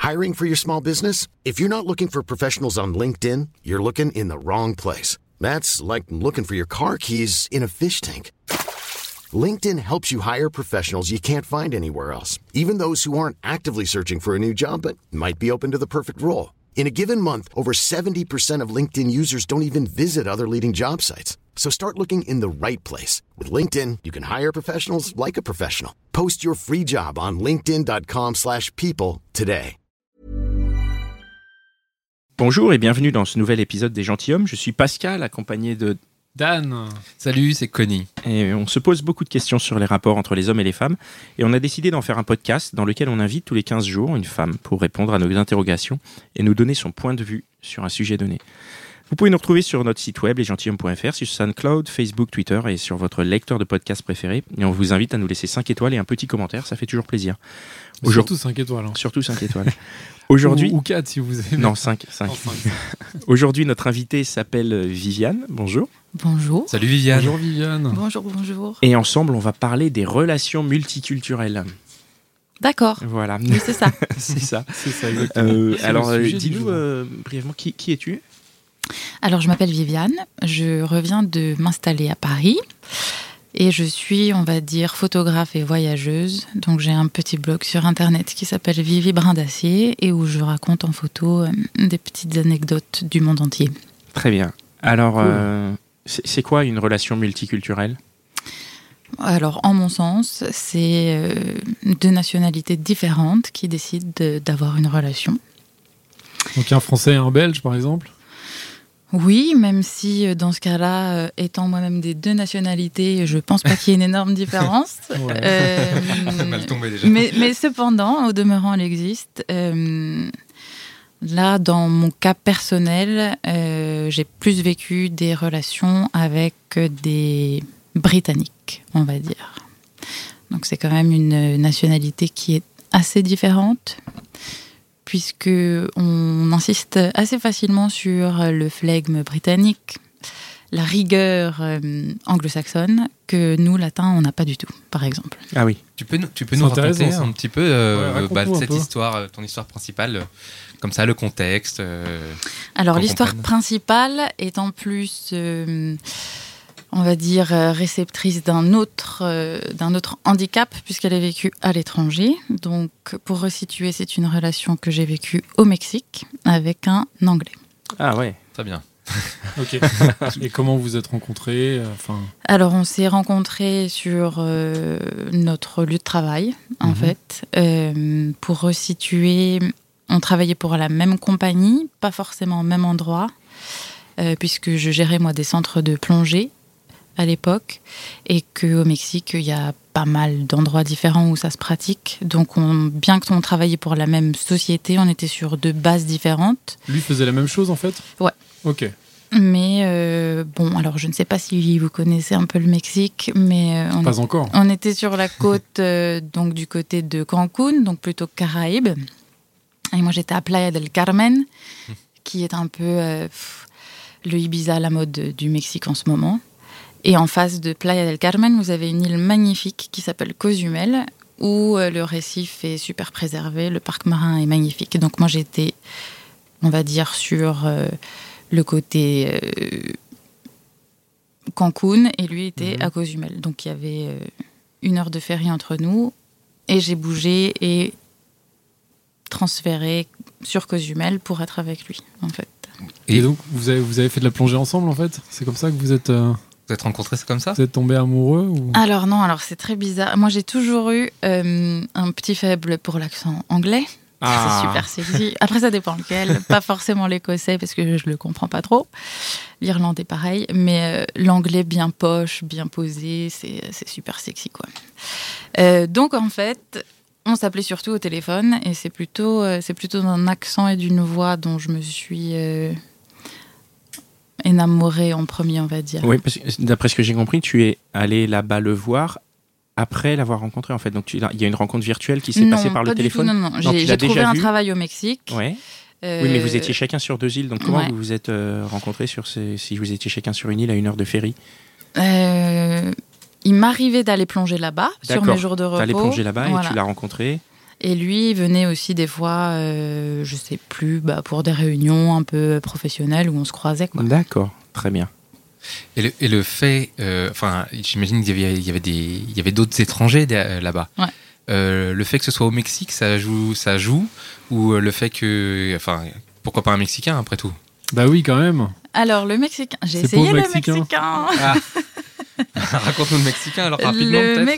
Hiring for your small business? If you're not looking for professionals on LinkedIn, you're looking in the wrong place. That's like looking for your car keys in a fish tank. LinkedIn helps you hire professionals you can't find anywhere else, even those who aren't actively searching for a new job but might be open to the perfect role. In a given month, over 70% of LinkedIn users don't even visit other leading job sites. So start looking in the right place. With LinkedIn, you can hire professionals like a professional. Post your free job on linkedin.com/people today. Bonjour et bienvenue dans ce nouvel épisode des Gentilshommes. Je suis Pascal, accompagné de Dan. Salut, c'est Connie. Et on se pose beaucoup de questions sur les rapports entre les hommes et les femmes. Et on a décidé d'en faire un podcast dans lequel on invite tous les 15 jours une femme pour répondre à nos interrogations et nous donner son point de vue sur un sujet donné. Vous pouvez nous retrouver sur notre site web lesgentilhommes.fr, sur SoundCloud, Facebook, Twitter et sur votre lecteur de podcast préféré. Et on vous invite à nous laisser 5 étoiles et un petit commentaire, ça fait toujours plaisir. Surtout 5 étoiles. Surtout 5 étoiles. Aujourd'hui, ou 4 si vous aimez. Non, 5. Aujourd'hui, notre invitée s'appelle Viviane. Bonjour. Bonjour. Salut Viviane. Bonjour Viviane. Bonjour. Et ensemble, on va parler des relations multiculturelles. D'accord. Voilà. Oui, c'est ça. C'est ça. C'est ça, exactement. Alors, sujet du dis-nous jour. brièvement, qui es-tu ? Alors, je m'appelle Viviane. Je reviens de m'installer à Paris. Et je suis, on va dire, photographe et voyageuse. Donc, j'ai un petit blog sur Internet qui s'appelle Vivi Brin d'Acier et où je raconte en photo des petites anecdotes du monde entier. Très bien. Alors, Cool. C'est quoi une relation multiculturelle ? Alors, en mon sens, c'est deux nationalités différentes qui décident d'avoir une relation. Donc un Français et un Belge, par exemple. Oui, même si dans ce cas-là, étant moi-même des deux nationalités, je pense pas qu'il y ait une énorme différence. Ouais. Mal tombé déjà. Mais cependant, au demeurant, elle existe. Là, dans mon cas personnel, j'ai plus vécu des relations avec des Britanniques, on va dire. Donc c'est quand même une nationalité qui est assez différente, puisque on insiste assez facilement sur le flegme britannique, la rigueur anglo-saxonne, que nous, latins, on n'a pas du tout, par exemple. Ah oui. Tu peux nous C'est raconter intéressant, ça. un petit peu raconte-nous un cette peu. histoire, ton histoire principale, comme ça, le contexte. Alors qu'on l'histoire comprenne. principale est en plus, on va dire, réceptrice d'un autre handicap, puisqu'elle est vécue à l'étranger. Donc pour resituer, c'est une relation que j'ai vécue au Mexique avec un Anglais. Ah ouais. Très bien. Ok. Et comment vous êtes rencontrés Alors on s'est rencontrés sur notre lieu de travail, en fait. Pour resituer, on travaillait pour la même compagnie, pas forcément au même endroit, puisque je gérais moi des centres de plongée à l'époque, et qu'au Mexique, il y a pas mal d'endroits différents où ça se pratique. Donc, bien qu'on travaillait pour la même société, on était sur deux bases différentes. Lui faisait la même chose, en fait ? Ouais. Ok. Mais bon, alors je ne sais pas si vous connaissez un peu le Mexique, mais Pas encore. on était sur la côte, donc du côté de Cancun, donc plutôt Caraïbes. Et moi, j'étais à Playa del Carmen, qui est un peu le Ibiza à la mode du Mexique en ce moment. Et en face de Playa del Carmen, vous avez une île magnifique qui s'appelle Cozumel, où le récif est super préservé, le parc marin est magnifique. Donc moi, j'étais, on va dire, sur le côté Cancun, et lui était à Cozumel. Donc il y avait 1 heure de ferry entre nous, et j'ai bougé et transféré sur Cozumel pour être avec lui, en fait. Et donc, vous avez fait de la plongée ensemble, en fait ? C'est comme ça que vous êtes rencontrés, c'est comme ça ? tombés amoureux ou... Alors non, c'est très bizarre. Moi, j'ai toujours eu un petit faible pour l'accent anglais. Ah. C'est super sexy. Après, ça dépend lequel. Pas forcément l'écossais, parce que je le comprends pas trop. L'irlandais, pareil. Mais l'anglais bien poche, bien posé, c'est super sexy, quoi. Donc, en fait, on s'appelait surtout au téléphone. Et c'est plutôt d'un accent et d'une voix dont je me suis énamorée en premier, on va dire. Oui, parce que d'après ce que j'ai compris, tu es allé là-bas le voir après l'avoir rencontré, en fait. Donc, il y a une rencontre virtuelle qui s'est passée par le téléphone. Non, tu j'ai l'as trouvé déjà un vu. travail au Mexique. Ouais. Oui, mais vous étiez chacun sur 2 îles. Donc, comment Ouais. vous vous êtes rencontrés si vous étiez chacun sur une île à 1 heure de ferry ? Il m'arrivait d'aller plonger là-bas sur mes jours de repos. Tu allais plonger là-bas Voilà. et tu l'as rencontré. Et lui il venait aussi des fois, je sais plus, pour des réunions un peu professionnelles où on se croisait, quoi. D'accord, très bien. Et le fait, j'imagine qu'il y avait d'autres étrangers là-bas. Ouais. Le fait que ce soit au Mexique, ça joue, ou le fait que, pourquoi pas un Mexicain après tout? Bah oui, quand même. Alors le Mexicain, j'ai C'est essayé pas au le Mexicain. Mexicain. Ah. Raconte-nous le Mexicain alors rapidement Le peut-être.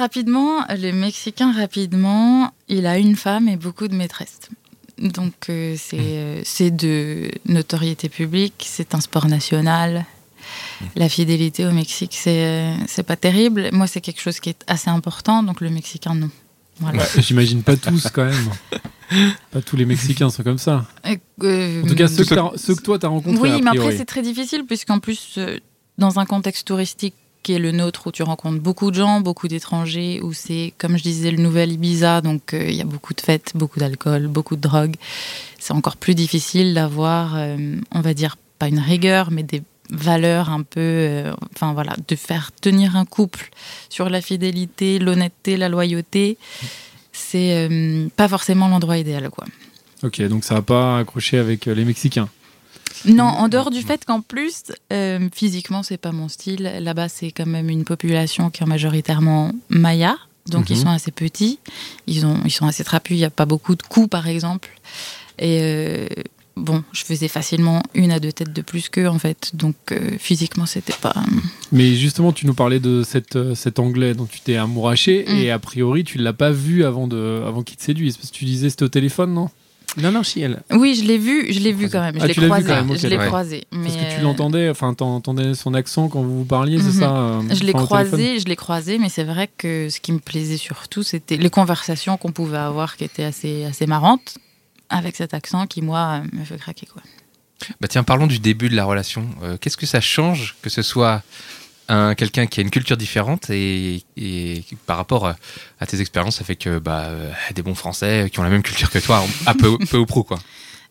Mexicain rapidement, il a une femme et beaucoup de maîtresses. Donc c'est de notoriété publique, c'est un sport national. La fidélité au Mexique, c'est pas terrible. Moi, c'est quelque chose qui est assez important, donc le Mexicain, non. Voilà. Ouais, j'imagine pas tous quand même. Pas tous les Mexicains sont comme ça. En tout cas, ceux que toi t'as rencontrés. Oui, a mais priori. après c'est très difficile puisqu'en plus, dans un contexte touristique qui est le nôtre, où tu rencontres beaucoup de gens, beaucoup d'étrangers, où c'est, comme je disais, le nouvel Ibiza, donc il y a beaucoup de fêtes, beaucoup d'alcool, beaucoup de drogue. C'est encore plus difficile d'avoir, on va dire, pas une rigueur, mais des valeurs un peu, de faire tenir un couple sur la fidélité, l'honnêteté, la loyauté, c'est pas forcément l'endroit idéal, quoi. Ok, donc ça va pas accrocher avec les Mexicains. Non, en dehors du fait qu'en plus, physiquement, c'est pas mon style. Là-bas, c'est quand même une population qui est majoritairement maya, donc ils sont assez petits, ils sont assez trapus, il n'y a pas beaucoup de coups, par exemple. Et je faisais facilement 1 à 2 têtes de plus qu'eux, en fait. Donc, physiquement, c'était pas... Mais justement, tu nous parlais de cet Anglais dont tu t'es amouraché, et a priori, tu l'as pas vu avant qu'il te séduise. Parce que tu disais c'était au téléphone, non ? Non, si elle. Oui, je l'ai vu quand même. Je l'ai croisé. Okay, je l'ai croisé. Parce que tu l'entendais, t'entendais son accent quand vous parliez, c'est ça Je l'ai croisé, mais c'est vrai que ce qui me plaisait surtout, c'était les conversations qu'on pouvait avoir qui étaient assez marrantes, avec cet accent qui, moi, me fait craquer, quoi. Bah tiens, parlons du début de la relation. Qu'est-ce que ça change que ce soit quelqu'un qui a une culture différente et par rapport à tes expériences avec des bons Français qui ont la même culture que toi, à peu ou prou, quoi.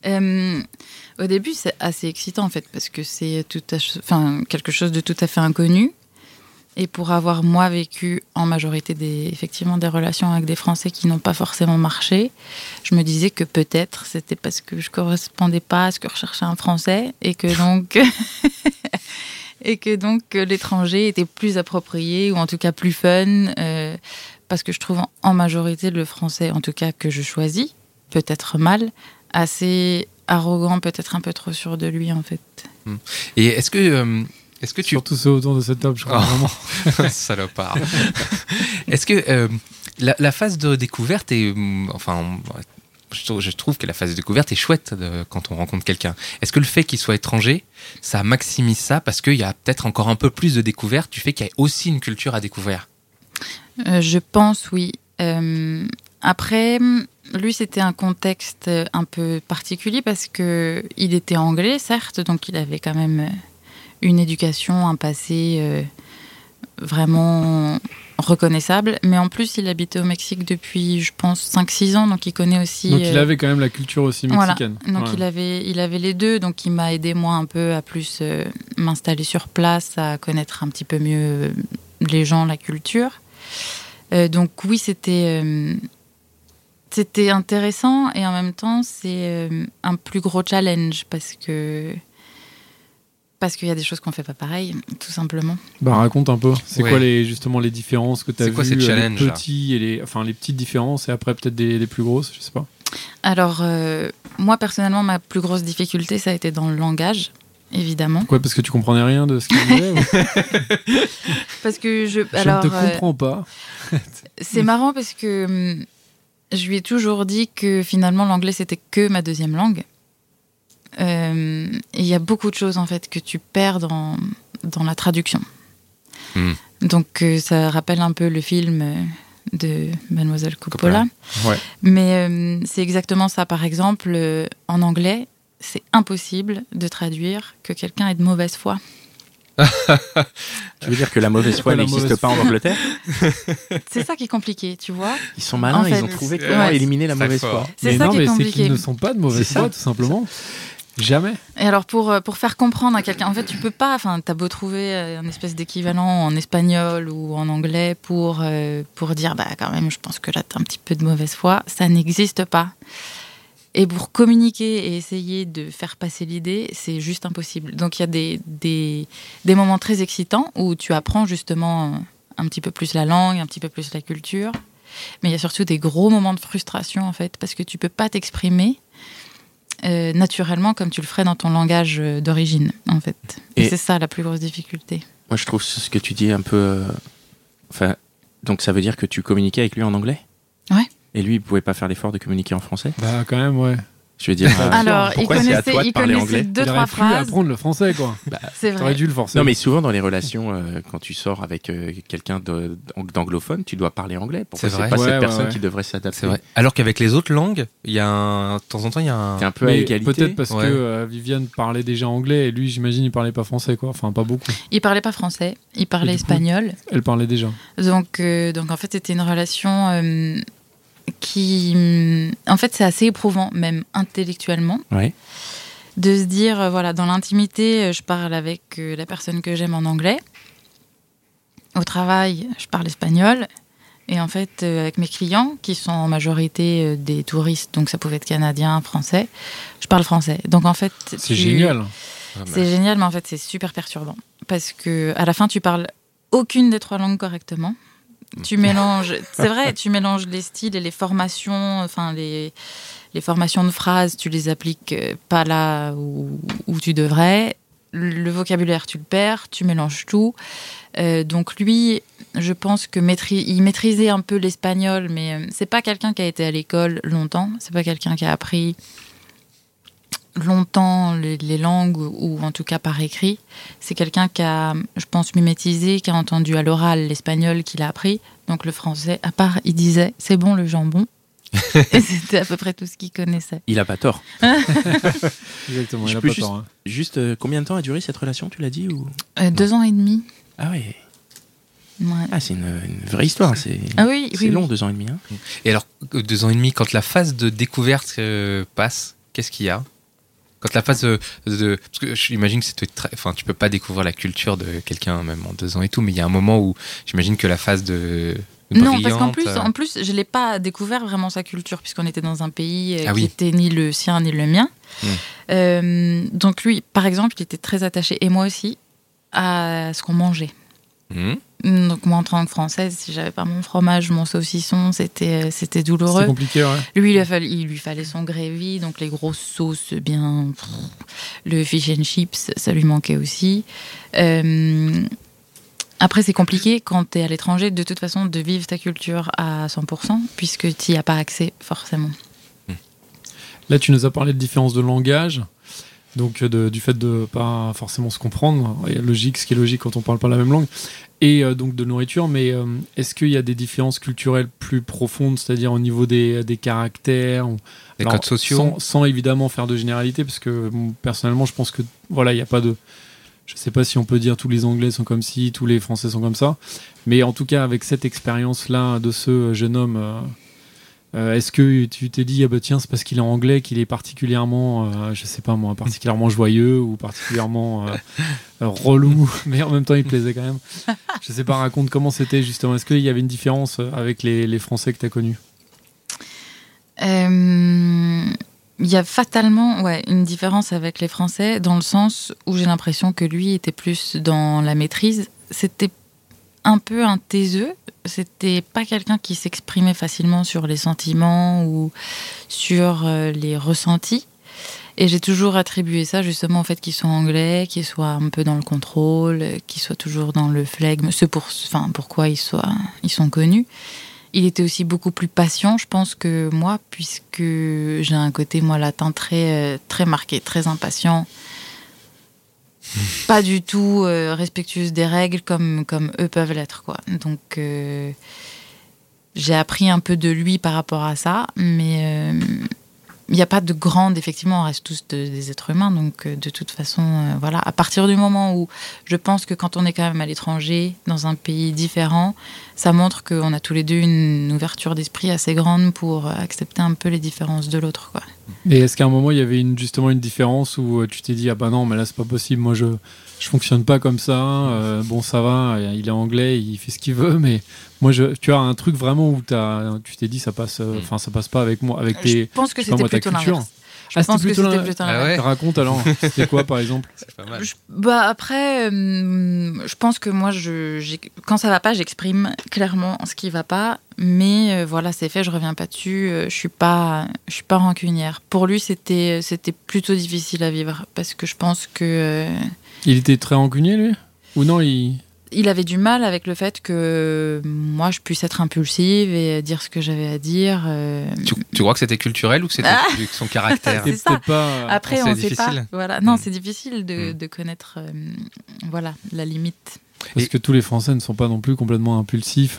Au début, c'est assez excitant, en fait, parce que c'est quelque chose de tout à fait inconnu. Et pour avoir, moi, vécu en majorité effectivement des relations avec des Français qui n'ont pas forcément marché, je me disais que peut-être c'était parce que je ne correspondais pas à ce que recherchait un Français et que donc l'étranger était plus approprié ou en tout cas plus fun, parce que je trouve en majorité le Français, en tout cas que je choisis, peut-être mal, assez arrogant, peut-être un peu trop sûr de lui, en fait. Et est-ce que tu... Surtout ceux autour de cette table, je crois, vraiment. Salopard. Est-ce que la phase de découverte est... je trouve que la phase de découverte est chouette quand on rencontre quelqu'un. Est-ce que le fait qu'il soit étranger, ça maximise ça parce qu'il y a peut-être encore un peu plus de découverte du fait qu'il y a aussi une culture à découvrir? Je pense, oui. Après, lui, c'était un contexte un peu particulier parce qu'il était anglais, certes, donc il avait quand même une éducation, un passé vraiment reconnaissable, mais en plus il habitait au Mexique depuis, je pense, 5-6 ans, donc il connaît aussi... Donc il avait quand même la culture aussi mexicaine. Voilà, donc il avait les deux, donc il m'a aidé moi un peu à plus m'installer sur place, à connaître un petit peu mieux les gens, la culture. Donc oui, c'était intéressant et en même temps c'est un plus gros challenge parce qu'il y a des choses qu'on ne fait pas pareil, tout simplement. Bah raconte un peu, c'est quoi justement les différences que tu as vues, ces challenges, les petits et les petites différences et après peut-être des plus grosses, je sais pas. Alors, moi personnellement, ma plus grosse difficulté, ça a été dans le langage, évidemment. Pourquoi ? Parce que tu comprenais rien de ce qu'il disait Parce que je ne te comprends pas. C'est marrant parce que je lui ai toujours dit que finalement l'anglais c'était que ma deuxième langue. Et il y a beaucoup de choses en fait que tu perds dans la traduction. Donc ça rappelle un peu le film de Mademoiselle Coppola. Ouais. Mais c'est exactement ça. Par exemple, en anglais, c'est impossible de traduire que quelqu'un est de mauvaise foi. Tu veux dire que la mauvaise foi n'existe pas en Angleterre ? C'est ça qui est compliqué, tu vois. Ils sont malins, en fait, ils ont trouvé comment éliminer la mauvaise foi. C'est ça qui est compliqué. C'est qu'ils ne sont pas de mauvaise foi, tout simplement. Jamais. Et alors, pour faire comprendre à quelqu'un, en fait, tu peux pas, t'as beau trouver un espèce d'équivalent en espagnol ou en anglais pour dire, quand même, je pense que là, t'as un petit peu de mauvaise foi, ça n'existe pas. Et pour communiquer et essayer de faire passer l'idée, c'est juste impossible. Donc, il y a des moments très excitants où tu apprends justement un petit peu plus la langue, un petit peu plus la culture. Mais il y a surtout des gros moments de frustration, en fait, parce que tu peux pas t'exprimer naturellement comme tu le ferais dans ton langage d'origine, en fait. Et c'est ça la plus grosse difficulté. Moi, je trouve ce que tu dis un peu... donc ça veut dire que tu communiquais avec lui en anglais ? Ouais. Et lui, il pouvait pas faire l'effort de communiquer en français ? Bah quand même, ouais. Je veux dire, alors, pourquoi c'est à toi de parler anglais ? 2-3 phrases. Il apprendre le français, quoi. C'est vrai. T'aurais dû le forcer. Non, mais souvent dans les relations, quand tu sors avec quelqu'un d'anglophone, tu dois parler anglais. Pourquoi c'est pas cette personne qui devrait s'adapter ? C'est vrai. Alors qu'avec les autres langues, il y a de temps en temps, il y a un... T'es un peu à égalité. Peut-être parce que Viviane parlait déjà anglais et lui, j'imagine, il parlait pas français, quoi. Enfin, pas beaucoup. Il parlait pas français, il parlait espagnol. Elle parlait déjà. Donc en fait, c'était une relation qui, en fait, c'est assez éprouvant, même intellectuellement, de se dire, voilà, dans l'intimité, je parle avec la personne que j'aime en anglais. Au travail, je parle espagnol. Et en fait, avec mes clients, qui sont en majorité des touristes, donc ça pouvait être canadien, français, je parle français. Donc en fait... C'est génial. C'est génial, mais en fait, c'est super perturbant. Parce que à la fin, tu parles aucune des 3 langues correctement. Tu mélanges, c'est vrai, tu mélanges les styles et les formations, les formations de phrases, tu les appliques pas là où tu devrais. Le vocabulaire, tu le perds, tu mélanges tout. Donc lui, je pense que il maîtrisait un peu l'espagnol, mais c'est pas quelqu'un qui a été à l'école longtemps. C'est pas quelqu'un qui a appris longtemps les langues, ou en tout cas par écrit. C'est quelqu'un qui a, je pense, mimétisé, qui a entendu à l'oral l'espagnol qu'il a appris. Donc le français, à part, il disait « c'est bon le jambon ». Et c'était à peu près tout ce qu'il connaissait. Il a pas tort. Exactement, il a pas tort. Juste, combien de temps a duré cette relation, tu l'as dit ou... 2 ans et demi. Ah oui. Ouais. Ah, c'est une vraie histoire. C'est long, 2 ans et demi. Hein. Et alors, 2 ans et demi, quand la phase de découverte passe, qu'est-ce qu'il y a ? Quand la phase parce que j'imagine que c'était tu peux pas découvrir la culture de quelqu'un même en 2 ans et tout, mais il y a un moment où j'imagine que la phase de non, parce qu'en plus, je l'ai pas découvert vraiment sa culture, puisqu'on était dans un pays qui était ni le sien ni le mien. Donc lui, par exemple, il était très attaché, et moi aussi, à ce qu'on mangeait. Donc moi, en tant que Française, si j'avais pas mon fromage, mon saucisson, c'était douloureux. C'était compliqué, ouais. Lui, il lui fallait son gravy, donc les grosses sauces bien... Le fish and chips, ça lui manquait aussi. Après, c'est compliqué quand t'es à l'étranger, de toute façon, de vivre ta culture à 100%, puisque t'y as pas accès, forcément. Là, tu nous as parlé de différence de langage. Donc du fait de pas forcément se comprendre, logique, ce qui est logique quand on parle pas la même langue, et donc de nourriture, mais est-ce qu'il y a des différences culturelles plus profondes, c'est-à-dire au niveau des caractères, des codes sociaux, sans évidemment faire de généralité, parce que personnellement je pense que voilà, il y a pas de, je sais pas si on peut dire tous les Anglais sont comme ci, tous les Français sont comme ça, mais en tout cas avec cette expérience-là de ce jeune homme. Est-ce que tu t'es dit, tiens, c'est parce qu'il est anglais qu'il est particulièrement, je sais pas moi, particulièrement joyeux ou particulièrement relou, mais en même temps il plaisait quand même. Je sais pas, raconte comment c'était justement. Est-ce qu'il y avait une différence avec les Français que tu as connus ? Il y a fatalement une différence avec les Français, dans le sens où j'ai l'impression que lui était plus dans la maîtrise. C'était un peu un taiseux. C'était pas quelqu'un qui s'exprimait facilement sur les sentiments ou sur les ressentis. Et j'ai toujours attribué ça justement au fait qu'il soit anglais, qu'il soit un peu dans le contrôle, qu'il soit toujours dans le flegme. Pourquoi ils sont connus. Il était aussi beaucoup plus patient, je pense, que moi, puisque j'ai un côté, moi, latin très, très marqué, très impatient. Pas du tout respectueuse des règles comme eux peuvent l'être, quoi. Donc j'ai appris un peu de lui par rapport à ça, mais il n'y a pas de grande, effectivement, on reste tous des êtres humains, donc de toute façon, voilà. À partir du moment où je pense que quand on est quand même à l'étranger, dans un pays différent, ça montre qu'on a tous les deux une ouverture d'esprit assez grande pour accepter un peu les différences de l'autre, quoi. Et est-ce qu'à un moment, il y avait justement une différence où tu t'es dit, ah bah non, mais là, c'est pas possible, moi, je fonctionne pas comme ça, bon, ça va, il est anglais, il fait ce qu'il veut, mais moi, tu as un truc vraiment où tu t'es dit, ça passe pas avec moi, avec Je pense que je sais pas c'était moi, ta plutôt culture. l'inverse. Ah, Je pense que c'était plutôt c'était plutôt l'inverse. Ah ouais. Raconte alors, c'était quoi par exemple? C'est pas mal. Après, je pense que moi, quand ça va pas, j'exprime clairement ce qui va pas. Mais voilà, c'est fait, je reviens pas dessus. Je suis pas rancunière. Pour lui, c'était plutôt difficile à vivre parce que je pense que Il était très rancunier lui? Ou non, il avait du mal avec le fait que moi, je puisse être impulsive et dire ce que j'avais à dire. Tu crois que c'était culturel ou que c'était son caractère? C'est ça. pas... Après, c'est on sait pas. difficile. Voilà. Non, c'est difficile de connaître voilà, la limite. Parce que tous les Français ne sont pas non plus complètement impulsifs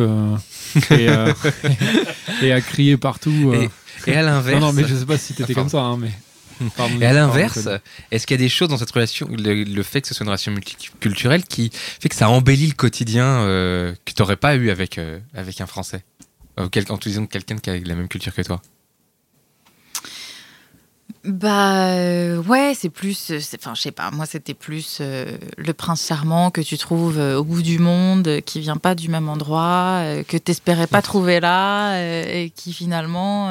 et à crier partout. Et à l'inverse. Non, mais je sais pas si t'étais comme ça, hein, mais... Pardon, Et à l'inverse, est-ce qu'il y a des choses dans cette relation, le fait que ce soit une relation multiculturelle, qui fait que ça embellit le quotidien que tu n'aurais pas eu avec un Français, en te disant quelqu'un qui a la même culture que toi? Ouais, c'est plus, enfin, je sais pas, moi c'était plus le prince charmant que tu trouves au bout du monde, qui vient pas du même endroit, que t'espérais pas trouver là, et qui finalement,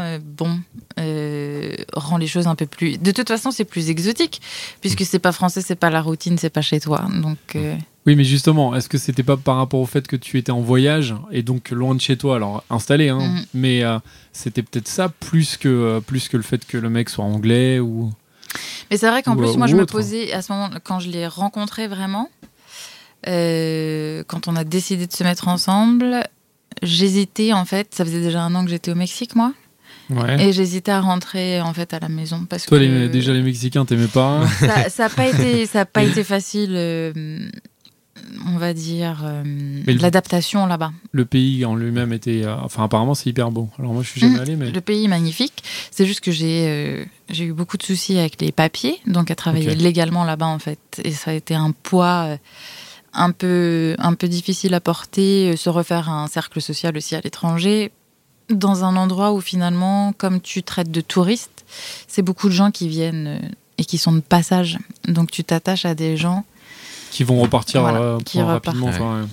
rend les choses un peu plus. De toute façon, c'est plus exotique, puisque c'est pas français, c'est pas la routine, c'est pas chez toi, donc. Oui, mais justement, est-ce que c'était pas par rapport au fait que tu étais en voyage et donc loin de chez toi, alors installé, hein, mais c'était peut-être ça plus que le fait que le mec soit anglais ou. Mais c'est vrai qu'en plus, moi, je me autre. posais à ce moment, quand je l'ai rencontré vraiment, quand on a décidé de se mettre ensemble, j'hésitais en fait. Ça faisait déjà 1 an que j'étais au Mexique, moi. Ouais. Et j'hésitais à rentrer en fait à la maison parce Toi, que déjà les Mexicains, t'aimais pas? ça a pas été facile, on va dire, l'adaptation là-bas. Le pays en lui-même était, enfin apparemment c'est hyper beau. Alors moi je suis jamais allé, mais Le pays est magnifique. C'est juste que j'ai eu beaucoup de soucis avec les papiers, donc à travailler légalement là-bas en fait, et ça a été un poids un peu difficile à porter, se refaire un cercle social aussi à l'étranger. Dans un endroit où finalement, comme tu traites de touristes, c'est beaucoup de gens qui viennent et qui sont de passage. Donc tu t'attaches à des gens qui vont repartir qui rapidement. repartent. Enfin,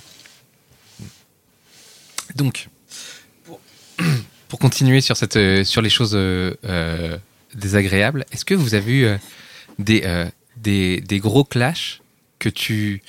Donc, pour continuer sur les choses désagréables, est-ce que vous avez eu des gros clashs que tu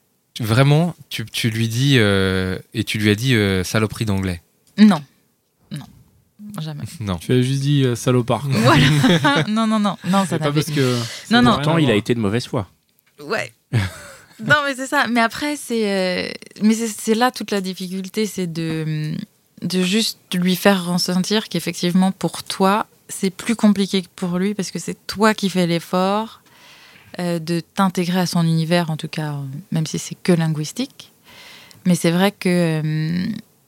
lui dis et tu lui as dit saloperie d'anglais? Non, jamais. Non. Tu as juste dit salopard. Quoi. Voilà. non, ça C'est pas n'avait. parce que. Non. Pourtant, il a été de mauvaise foi. Ouais. Non, mais c'est ça. Mais après, c'est là toute la difficulté, c'est de juste lui faire ressentir qu'effectivement, pour toi, c'est plus compliqué que pour lui, parce que c'est toi qui fais l'effort de t'intégrer à son univers, en tout cas, même si c'est que linguistique. Mais c'est vrai que...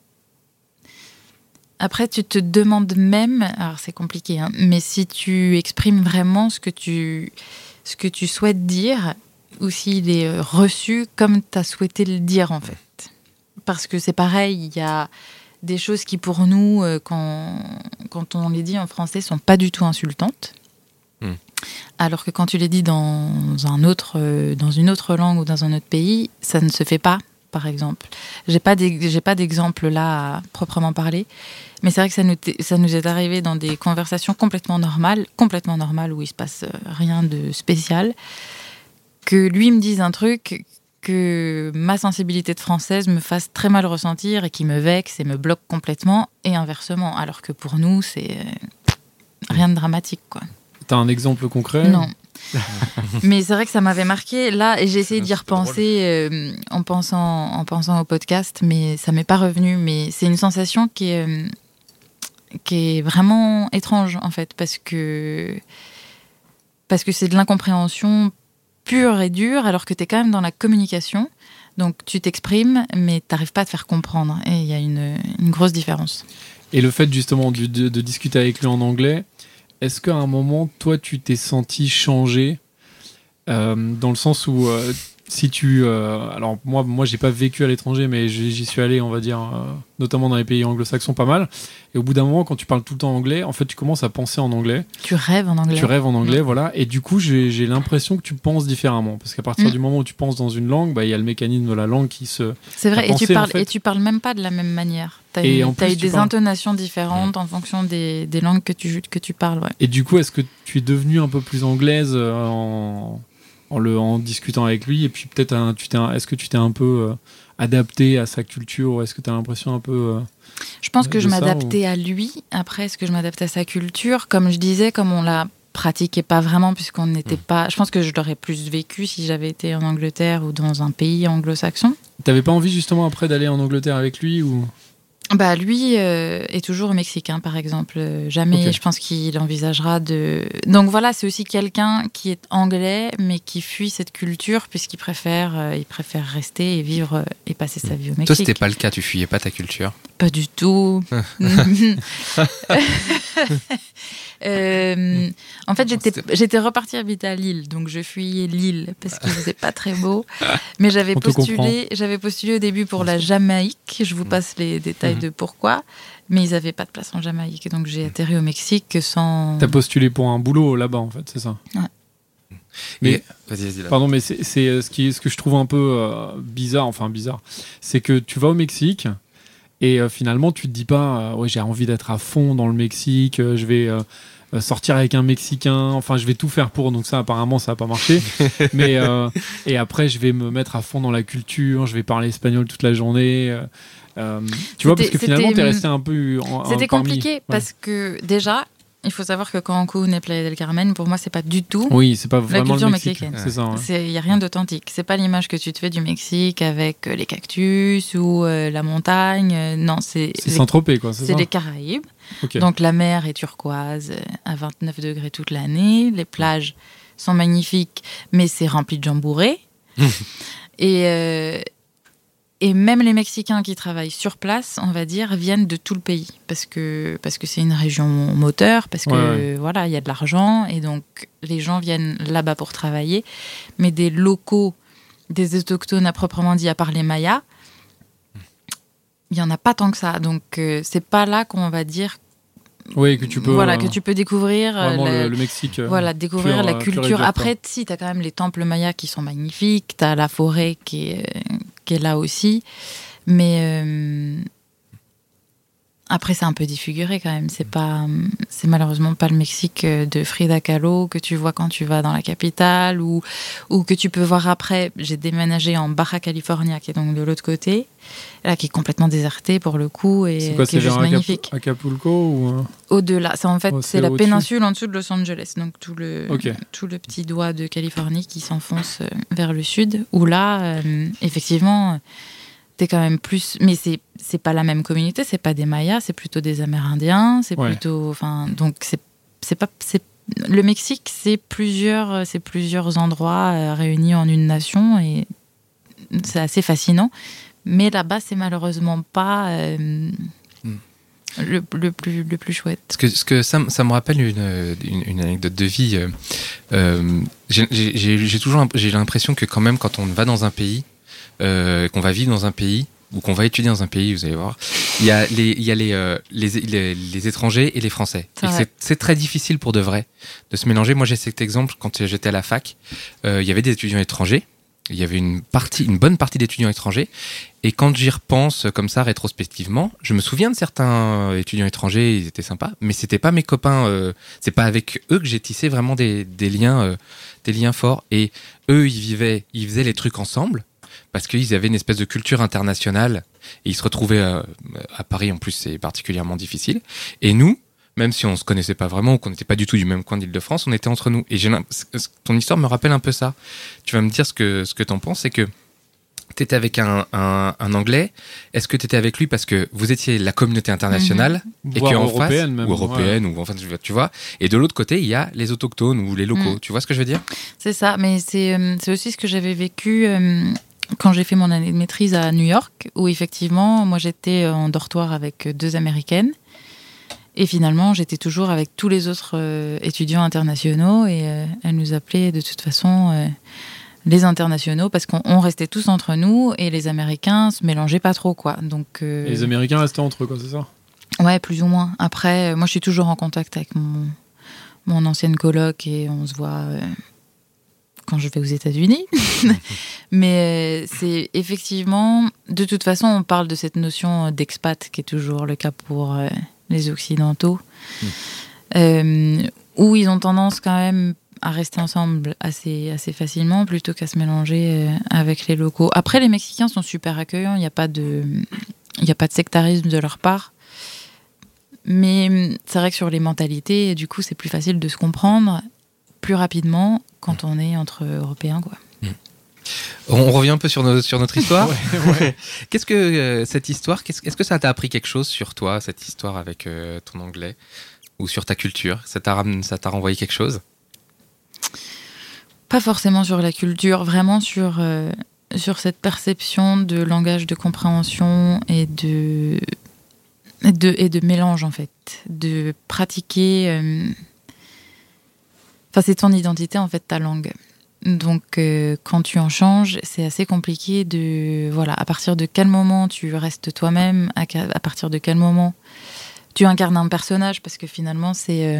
après, tu te demandes même, alors c'est compliqué, hein, mais si tu exprimes vraiment ce que tu souhaites dire, ou s'il est reçu comme tu as souhaité le dire, en fait. Parce que c'est pareil, il y a des choses qui, pour nous, quand on les dit en français, sont pas du tout insultantes. Alors que quand tu les dis dans une autre langue ou dans un autre pays, ça ne se fait pas, par exemple. J'ai pas d'exemple là à proprement parler, mais c'est vrai que ça nous est arrivé dans des conversations complètement normales où il se passe rien de spécial, que lui me dise un truc que ma sensibilité de française me fasse très mal ressentir et qui me vexe et me bloque complètement, et inversement, alors que pour nous, c'est rien de dramatique, quoi. T'as un exemple concret? Non. Mais c'est vrai que ça m'avait marqué là, et j'ai essayé d'y repenser en pensant au podcast, mais ça m'est pas revenu. Mais c'est une sensation qui est vraiment étrange, en fait, parce que c'est de l'incompréhension pure et dure, alors que tu es quand même dans la communication. Donc tu t'exprimes, mais tu n'arrives pas à te faire comprendre. Et il y a une grosse différence. Et le fait justement de discuter avec lui en anglais, est-ce qu'à un moment, toi, tu t'es senti changé dans le sens où si tu, alors moi, j'ai pas vécu à l'étranger, mais j'y suis allé, on va dire, notamment dans les pays anglo-saxons, pas mal. Et au bout d'un moment, quand tu parles tout le temps anglais, en fait, tu commences à penser en anglais. Tu rêves en anglais. Voilà. Et du coup, j'ai l'impression que tu penses différemment, parce qu'à partir du moment où tu penses dans une langue, il y a le mécanisme de la langue qui se. C'est vrai. Penser, et tu parles même pas de la même manière. T'as Et eu, en plus, eu des intonations différentes en fonction des langues que tu parles. Ouais. Et du coup, est-ce que tu es devenue un peu plus anglaise en discutant avec lui, et puis peut-être est-ce que tu t'es un peu adapté à sa culture, ou est-ce que tu as l'impression un peu je pense que je ça, m'adaptais à lui. Après, est-ce que je m'adaptais à sa culture? Comme je disais, comme on la pratiquait pas vraiment, puisqu'on n'était pas... Je pense que je l'aurais plus vécu si j'avais été en Angleterre ou dans un pays anglo-saxon. T'avais pas envie justement après d'aller en Angleterre avec lui ou... Bah, lui est toujours au Mexique, hein, par exemple. Jamais, Ok. je pense qu'il envisagera de... Donc voilà, c'est aussi quelqu'un qui est anglais, mais qui fuit cette culture, puisqu'il préfère rester et vivre et passer sa vie au Mexique. Toi, c'était pas le cas, tu fuyais pas ta culture. Pas du tout. En fait, j'étais repartie habiter à Lille, donc je fuyais Lille parce qu'il faisait pas très beau. Mais j'avais postulé au début pour la Jamaïque. Je vous passe les détails de pourquoi. Mais ils avaient pas de place en Jamaïque, donc j'ai atterri au Mexique sans. T'as postulé pour un boulot là-bas, en fait, c'est ça? Ouais. Mais vas-y, là. pardon, mais c'est ce que je trouve un peu bizarre, c'est que tu vas au Mexique. Et finalement, tu te dis pas, ouais, j'ai envie d'être à fond dans le Mexique, je vais sortir avec un Mexicain, enfin, je vais tout faire pour. Donc ça, apparemment, ça n'a pas marché. Mais et après, je vais me mettre à fond dans la culture, je vais parler espagnol toute la journée. Tu vois, parce que finalement, t'es resté un peu. C'était compliqué ouais. parce que déjà, il faut savoir que Cancún et Playa del Carmen, pour moi, c'est pas du tout. Oui, c'est pas la vraiment culture le Mexique. mexicaine. C'est ça. Ouais. Il y a rien d'authentique. C'est pas l'image que tu te fais du Mexique avec les cactus ou la montagne. Non, c'est Saint-Tropez, quoi. C'est ça. les Caraïbes. Okay. Donc la mer est turquoise à 29 degrés toute l'année. Les plages sont magnifiques, mais c'est rempli de gens bourrés. Et même les Mexicains qui travaillent sur place, on va dire, viennent de tout le pays. Parce que c'est une région moteur, parce que voilà, il y a de l'argent. Et donc, les gens viennent là-bas pour travailler. Mais des locaux, des autochtones à proprement dit, à part les Mayas, il n'y en a pas tant que ça. Donc, c'est pas là qu'on va dire... Oui, que tu peux... que tu peux découvrir... le Mexique. Découvrir la culture. Après, si, tu as quand même les temples mayas qui sont magnifiques. Tu as la forêt qui est là aussi. Mais après, c'est un peu défiguré quand même. C'est malheureusement pas le Mexique de Frida Kahlo que tu vois quand tu vas dans la capitale ou que tu peux voir après. J'ai déménagé en Baja California, qui est donc de l'autre côté, là, qui est complètement déserté pour le coup et quoi, qui est juste magnifique. Acapulco ou... Au-delà. C'est la au-dessus. péninsule en dessous de Los Angeles. Donc tout le petit doigt de Californie qui s'enfonce vers le sud. Où là, effectivement... c'est quand même plus, mais c'est pas la même communauté, c'est pas des Mayas, c'est plutôt des Amérindiens, c'est plutôt, enfin, donc le Mexique, c'est plusieurs endroits réunis en une nation et c'est assez fascinant, mais là-bas c'est malheureusement pas le plus chouette. Ce que ça me rappelle une anecdote de vie. J'ai l'impression que quand même quand on va dans un pays, qu'on va vivre dans un pays ou qu'on va étudier dans un pays, vous allez voir, il y a les étrangers et les Français. C'est très difficile pour de vrai de se mélanger. Moi, j'ai cet exemple quand j'étais à la fac. Il y avait des étudiants étrangers. Il y avait une bonne partie d'étudiants étrangers. Et quand j'y repense comme ça rétrospectivement, je me souviens de certains étudiants étrangers, ils étaient sympas, mais c'était pas mes copains. C'est pas avec eux que j'ai tissé vraiment des liens forts. Et eux, ils faisaient les trucs ensemble. Parce qu'ils avaient une espèce de culture internationale et ils se retrouvaient à Paris, en plus c'est particulièrement difficile. Et nous, même si on se connaissait pas vraiment ou qu'on n'était pas du tout du même coin d'Île-de-France, on était entre nous. Et ton histoire me rappelle un peu ça. Tu vas me dire ce que t'en penses, c'est que t'étais avec un Anglais. Est-ce que t'étais avec lui parce que vous étiez la communauté internationale et qu'en face, même, ou européenne, ou enfin tu vois. Et de l'autre côté, il y a les autochtones ou les locaux. Tu vois ce que je veux dire? C'est ça, mais c'est aussi ce que j'avais vécu. Quand j'ai fait mon année de maîtrise à New York, où effectivement, moi j'étais en dortoir avec 2 Américaines, et finalement j'étais toujours avec tous les autres étudiants internationaux, et elles nous appelaient de toute façon les internationaux, parce qu'on restait tous entre nous et les Américains se mélangeaient pas trop, quoi. Donc, Et les Américains restaient entre eux, quoi, c'est ça? Ouais, plus ou moins. Après, moi, je suis toujours en contact avec mon ancienne coloc et on se voit quand je vais aux États-Unis. Mais c'est effectivement, de toute façon, on parle de cette notion d'expat qui est toujours le cas pour les Occidentaux, où ils ont tendance quand même à rester ensemble assez facilement plutôt qu'à se mélanger avec les locaux. Après, les Mexicains sont super accueillants, il n'y a pas de sectarisme de leur part. Mais c'est vrai que sur les mentalités, du coup, c'est plus facile de se comprendre plus rapidement quand on est entre Européens, quoi. On revient un peu sur notre histoire. Ouais. Qu'est-ce que cette histoire, est-ce que ça t'a appris quelque chose sur toi, cette histoire avec ton anglais, ou sur ta culture? Ça t'a renvoyé quelque chose? Pas forcément sur la culture, vraiment sur cette perception de langage de compréhension et de mélange, en fait. De pratiquer... Enfin, c'est ton identité, en fait, ta langue. Donc, quand tu en changes, c'est assez compliqué de... Voilà, à partir de quel moment tu restes toi-même, à partir de quel moment tu incarnes un personnage, parce que finalement, c'est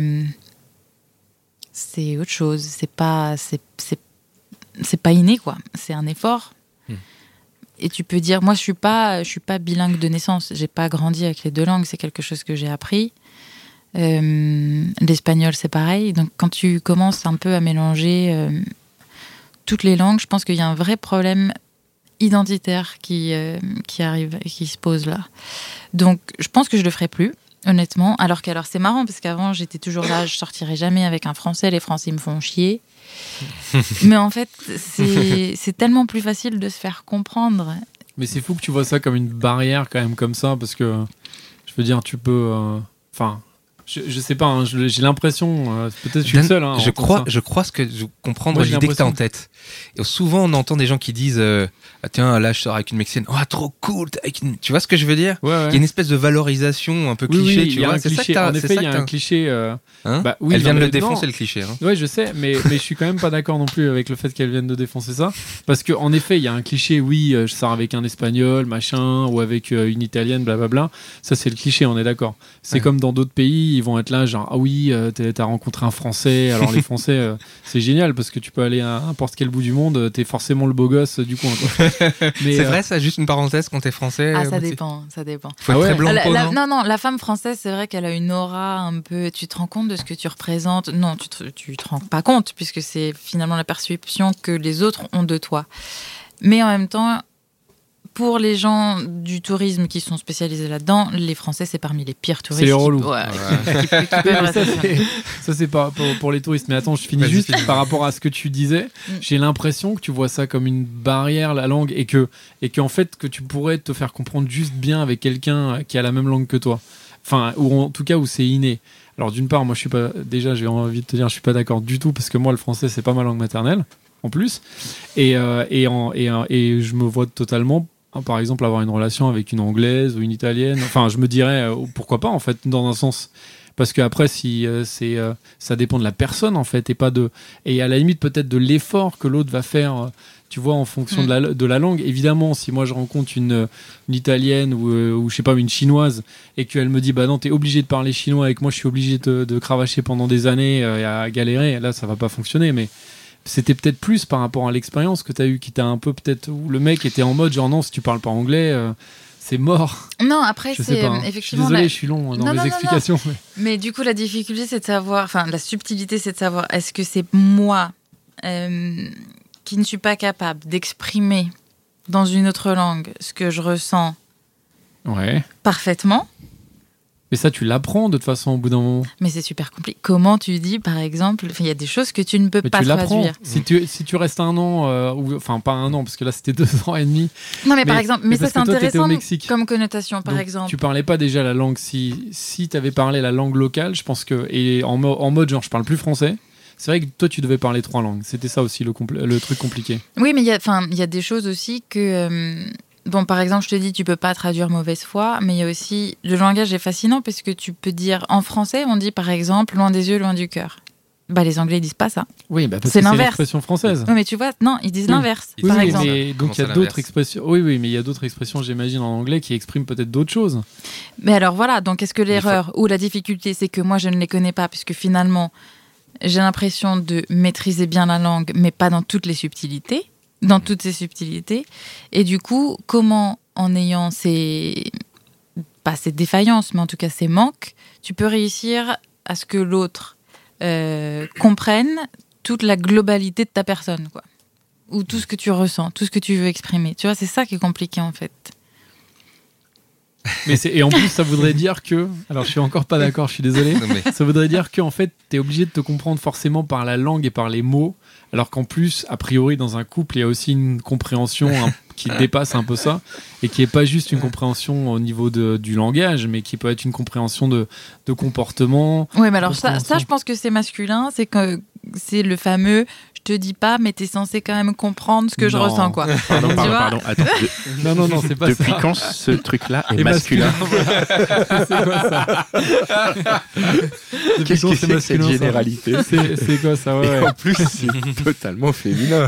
autre chose. C'est pas inné, quoi. C'est un effort. Et tu peux dire, moi, je suis pas bilingue de naissance. J'ai pas grandi avec les deux langues. C'est quelque chose que j'ai appris. L'espagnol, c'est pareil. Donc, quand tu commences un peu à mélanger toutes les langues, je pense qu'il y a un vrai problème identitaire qui arrive et qui se pose là. Donc, je pense que je le ferai plus, honnêtement. Alors, c'est marrant parce qu'avant, j'étais toujours là, je sortirais jamais avec un Français. Les Français me font chier. Mais en fait, c'est tellement plus facile de se faire comprendre. Mais c'est fou que tu vois ça comme une barrière quand même comme ça, parce que je veux dire, tu peux... Enfin, je sais pas, hein, j'ai l'impression, peut-être je suis le seul. Hein, je crois comprendre Moi, j'ai l'idée que t'as en l'impression tête. Et souvent, on entend des gens qui disent ah, tiens, là, je sors avec une Mexicaine. Oh, trop cool. Tu vois ce que je veux dire? Ouais. Il y a une espèce de valorisation un peu cliché, tu vois. C'est ça que en effet, il y a un cliché. Hein, bah, oui, elle vient de le non. défoncer, le cliché. Hein. Ouais, je sais, mais je suis quand même pas d'accord non plus avec le fait qu'elle vienne de défoncer ça. Parce qu'en effet, il y a un cliché, oui, je sors avec un Espagnol, machin, ou avec une Italienne, blablabla. Ça, c'est le cliché, on est d'accord. C'est comme dans d'autres pays, ils vont être là, genre, ah oui, t'as rencontré un Français. Alors, les Français, c'est génial parce que tu peux aller à n'importe quel bout du monde, t'es forcément le beau gosse du coin. Quoi. Mais, c'est vrai, ça, juste une parenthèse, quand t'es français. Ah, ça dépend. Faut être très blanc, non, la femme française, c'est vrai qu'elle a une aura un peu. Tu te rends compte de ce que tu représentes? Non, tu te rends pas compte, puisque c'est finalement la perception que les autres ont de toi. Mais en même temps, pour les gens du tourisme qui sont spécialisés là-dedans, les Français, c'est parmi les pires touristes. C'est les relous. Ça, c'est pas pour les touristes. Mais attends, je finis juste par rapport à ce que tu disais. J'ai l'impression que tu vois ça comme une barrière, la langue, et qu'en fait, que tu pourrais te faire comprendre juste bien avec quelqu'un qui a la même langue que toi. Enfin, ou en tout cas, où c'est inné. Alors, d'une part, moi, je suis pas. Déjà, j'ai envie de te dire, je suis pas d'accord du tout, parce que moi, le français, c'est pas ma langue maternelle, en plus. Et je me vois totalement. Par exemple, avoir une relation avec une anglaise ou une italienne. Enfin, je me dirais, pourquoi pas, en fait, dans un sens. Parce qu'après, si ça dépend de la personne, en fait, et à la limite, peut-être de l'effort que l'autre va faire, tu vois, en fonction de la langue. Évidemment, si moi, je rencontre une italienne ou je sais pas, une chinoise, et qu'elle me dit, bah non, t'es obligé de parler chinois, et que moi, je suis obligé de cravacher pendant des années et à galérer, là, ça va pas fonctionner, mais... C'était peut-être plus par rapport à l'expérience que tu as eue, qui t'a un peu peut-être où le mec était en mode genre non, si tu parles pas anglais, c'est mort. Non, après je c'est sais pas, hein. effectivement. Je suis désolé, je suis long dans mes explications. Non. Mais du coup, la difficulté, c'est de savoir, enfin la subtilité, c'est de savoir est-ce que c'est moi qui ne suis pas capable d'exprimer dans une autre langue ce que je ressens parfaitement. Mais ça, tu l'apprends de toute façon au bout d'un moment. Mais c'est super compliqué. Comment tu dis, par exemple, il y a des choses que tu ne peux pas traduire. Si tu restes un an, enfin pas un an, parce que là c'était 2 ans et demi. Non, mais par exemple, mais ça c'est intéressant comme connotation, par donc, exemple. Tu parlais pas déjà la langue. Si tu avais parlé la langue locale, je pense que et en mode genre je parle plus français. C'est vrai que toi tu devais parler 3 langues. C'était ça aussi le truc compliqué. Oui, mais il y a des choses aussi que. Bon, par exemple, je te dis, tu peux pas traduire mauvaise foi, mais il y a aussi... Le langage est fascinant parce que tu peux dire... En français, on dit, par exemple, loin des yeux, loin du cœur. Bah, les Anglais, ils disent pas ça. Oui, parce C'est que c'est l'inverse. l'expression française. Oui, mais tu vois, non, ils disent Oui. l'inverse, Oui, par Oui, exemple. mais donc il y a Comment ça, d'autres l'inverse expressions. Oui, mais il y a d'autres expressions, j'imagine, en anglais qui expriment peut-être d'autres choses. Mais alors voilà, donc est-ce que l'erreur ou la difficulté, c'est que moi, je ne les connais pas, puisque finalement, j'ai l'impression de maîtriser bien la langue, mais pas dans toutes les subtilités, toutes ces subtilités. Et du coup, comment, en ayant pas ces défaillances, mais en tout cas ces manques, tu peux réussir à ce que l'autre comprenne toute la globalité de ta personne, quoi. Ou tout ce que tu ressens, tout ce que tu veux exprimer. Tu vois, c'est ça qui est compliqué, en fait. Et en plus, ça voudrait dire que. Alors, je suis encore pas d'accord, je suis désolé. Non, mais Ça voudrait dire qu'en fait, tu es obligé de te comprendre forcément par la langue et par les mots, alors qu'en plus, a priori, dans un couple, il y a aussi une compréhension qui dépasse un peu ça, et qui n'est pas juste une compréhension au niveau du langage, mais qui peut être une compréhension de comportement. Oui, mais alors ça, je pense que c'est masculin, c'est que c'est le fameux je te dis pas, mais t'es censé quand même comprendre ce que je Non. ressens, quoi. Pardon. Attends, Non, c'est pas ça. depuis quand ce truc-là est Et masculin C'est quoi ça? Depuis Qu'est-ce quand que c'est que cette masculin, ça généralité C'est quoi ça? Ouais, Et ouais. en plus, c'est totalement féminin.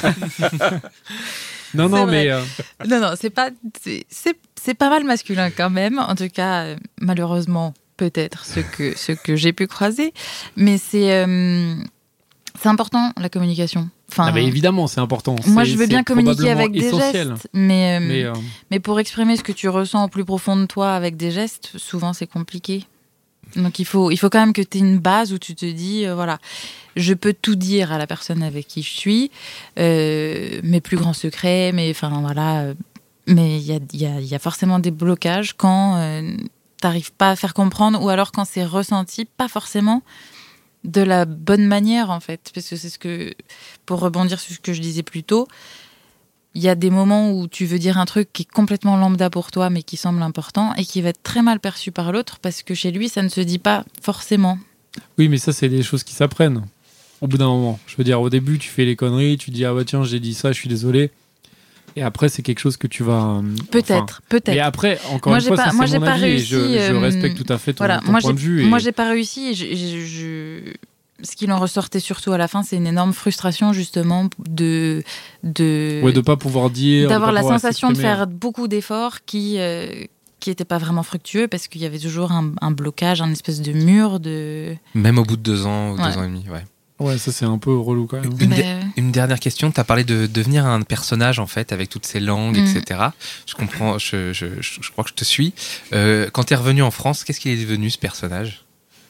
Non, C'est mais. Non, c'est pas mal masculin quand même. En tout cas, malheureusement, peut-être ce que j'ai pu croiser. Mais c'est important, la communication. Enfin, Ah bah évidemment, c'est important. moi, C'est- je veux c'est bien communiquer avec des essentiel. gestes, mais Mais pour exprimer ce que tu ressens au plus profond de toi avec des gestes, souvent c'est compliqué. Donc il faut quand même que tu aies une base où tu te dis, voilà, je peux tout dire à la personne avec qui je suis, mes plus grands secrets, mais enfin voilà. Mais il y a forcément des blocages quand t'arrives pas à faire comprendre, ou alors quand c'est ressenti, pas forcément de la bonne manière, en fait. Parce que c'est pour rebondir sur ce que je disais plus tôt, il y a des moments où tu veux dire un truc qui est complètement lambda pour toi, mais qui semble important, et qui va être très mal perçu par l'autre, parce que chez lui, ça ne se dit pas forcément. oui, mais ça, c'est des choses qui s'apprennent au bout d'un moment. Je veux dire, au début, tu fais les conneries, tu dis, ah bah tiens, j'ai dit ça, je suis désolé. Et après, c'est quelque chose que tu vas. Peut-être. Et après, encore Moi, une fois, j'ai ça, pas- moi, c'est j'ai mon pas avis. Et réussi, je respecte tout à fait ton moi, point de vue. Moi, j'ai pas réussi, et ce qu'il en ressortait surtout à la fin, c'est une énorme frustration, justement, de pas pouvoir dire. d'avoir de pas la pouvoir sensation de s'exprimer. faire beaucoup d'efforts qui n'étaient pas vraiment fructueux, parce qu'il y avait toujours un blocage, un espèce de mur de... même au bout de 2 ans ou Ouais. 2 ans et demi, ouais. Ouais, ça, c'est un peu relou quand même. Une dernière question, tu as parlé de devenir un personnage en fait avec toutes ces langues, etc. Je comprends, je crois que je te suis. Quand tu es revenu en France, qu'est-ce qu'il est devenu ce personnage?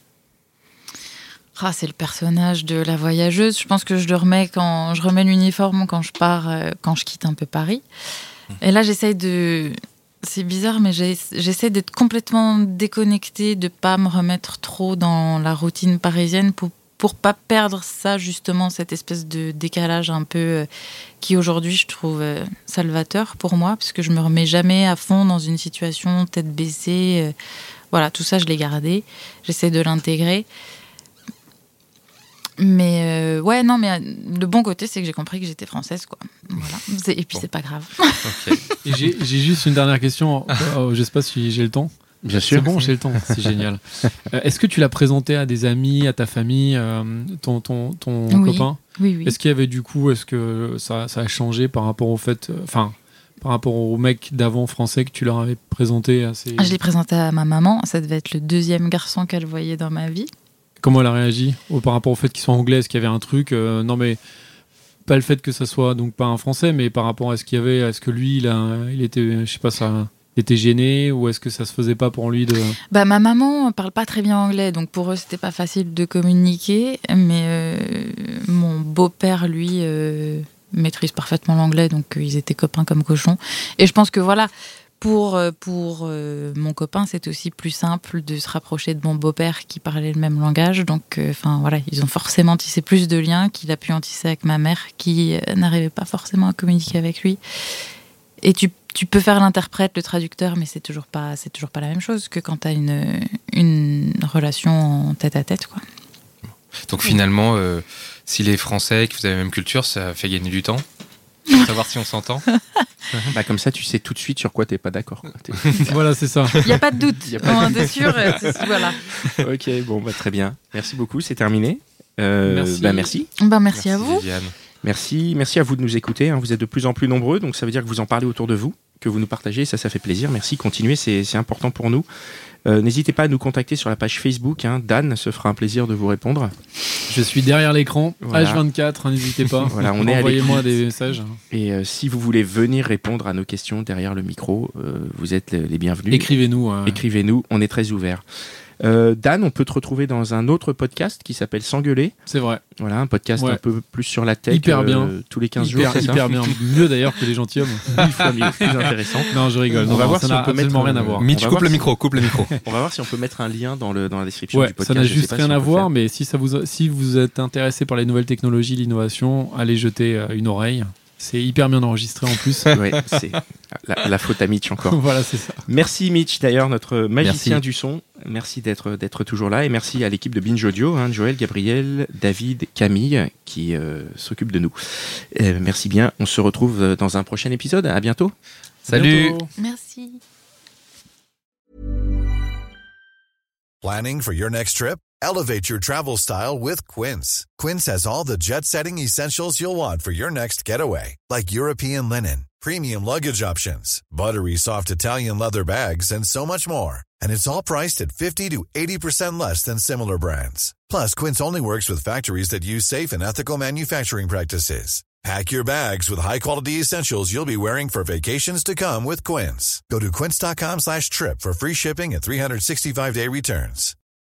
C'est le personnage de la voyageuse. Je pense que je le remets quand je remets l'uniforme, quand je pars, quand je quitte un peu Paris. Et là, j'essaye de... C'est bizarre, mais j'essaie d'être complètement déconnectée, de pas me remettre trop dans la routine parisienne pour pas perdre ça, justement, cette espèce de décalage un peu qui aujourd'hui je trouve salvateur pour moi, parce que je me remets jamais à fond dans une situation tête baissée. Voilà, tout ça je l'ai gardé, j'essaie de l'intégrer. Mais ouais, non, mais le bon côté, c'est que j'ai compris que j'étais française, quoi. Voilà. Et puis c'est pas grave. Ok. Et j'ai juste une dernière question. Je sais pas si j'ai le temps. Bien C'est bon, j'ai le temps. C'est génial. Est-ce que tu l'as présenté à des amis, à ta famille, ton Oui. copain? Oui. Est-ce qu'il y avait du coup, est-ce que ça a changé par rapport au fait, par rapport au mec d'avant français que tu leur avais présenté à ces... Je l'ai présenté à ma maman. Ça devait être le deuxième garçon qu'elle voyait dans ma vie. Comment elle a réagi par rapport au fait qu'ils soient anglais? Est-ce qu'il y avait un truc non mais pas le fait que ça soit donc pas un français, mais par rapport à ce qu'il y avait, est-ce que lui il était, je sais pas, ça était gêné, ou est-ce que ça se faisait pas pour lui de... Ma maman parle pas très bien anglais, donc pour eux c'était pas facile de communiquer, mais mon beau-père lui maîtrise parfaitement l'anglais, donc ils étaient copains comme cochons. Et je pense que voilà, pour mon copain, c'est aussi plus simple de se rapprocher de mon beau-père qui parlait le même langage. Donc, voilà, ils ont forcément tissé plus de liens qu'il a pu en tisser avec ma mère, qui n'arrivait pas forcément à communiquer avec lui. Et tu peux faire l'interprète, le traducteur, mais c'est toujours pas la même chose que quand tu as une relation en tête-à-tête, quoi. Donc finalement, s'il est français et que vous avez la même culture, ça fait gagner du temps pour savoir si on s'entend. Comme ça, tu sais tout de suite sur quoi t'es pas d'accord, quoi. Voilà, c'est ça. Il n'y a pas de doute. Y a pas de On est sûr. Voilà. Ok, bon, très bien. Merci beaucoup, c'est terminé. Merci. Merci. Merci à vous. Viviane. Merci à vous de nous écouter. Vous êtes de plus en plus nombreux, donc ça veut dire que vous en parlez autour de vous, que vous nous partagez. Ça fait plaisir. Merci. Continuez, c'est important pour nous. N'hésitez pas à nous contacter sur la page Facebook. Dan se fera un plaisir de vous répondre. Je suis derrière l'écran, Voilà. H24, n'hésitez pas. Voilà, on est à Envoyez-moi l'écoute. des messages. Et si vous voulez venir répondre à nos questions derrière le micro, vous êtes les bienvenus. Écrivez-nous. Écrivez-nous, on est très ouverts. Dan, on peut te retrouver dans un autre podcast qui s'appelle S'engueuler. C'est vrai. Voilà, un podcast Ouais. un peu plus sur la tech. Hyper bien. Tous les 15 jours, c'est ça Hyper bien. Mieux d'ailleurs que les gentilshommes. 1000 fois mieux, plus intéressant. Non, je rigole. On va voir ça si on n'a peut mettre absolument rien à voir. Mitch, va coupe voir le si- micro, coupe le micro. On va voir si on peut mettre un lien dans la description Ouais, du podcast. ça n'a Je sais juste pas rien si on à peut voir, faire. mais si vous êtes intéressé par les nouvelles technologies, l'innovation, allez jeter une oreille. C'est hyper bien enregistré en plus. Ouais, c'est la faute à Mitch encore. Voilà, c'est ça. Merci Mitch, d'ailleurs, notre magicien Merci. du son. Merci d'être toujours là. Et merci à l'équipe de Binge Audio, Joël, Gabriel, David, Camille, qui s'occupe de nous. Merci bien. On se retrouve dans un prochain épisode. À bientôt. Salut. Bientôt. Merci. Planning for your next trip? Elevate your travel style with Quince. Quince has all the jet-setting essentials you'll want for your next getaway, like European linen, premium luggage options, buttery soft Italian leather bags, and so much more. And it's all priced at 50 to 80% less than similar brands. Plus, Quince only works with factories that use safe and ethical manufacturing practices. Pack your bags with high-quality essentials you'll be wearing for vacations to come with Quince. Go to quince.com/trip for free shipping and 365-day returns.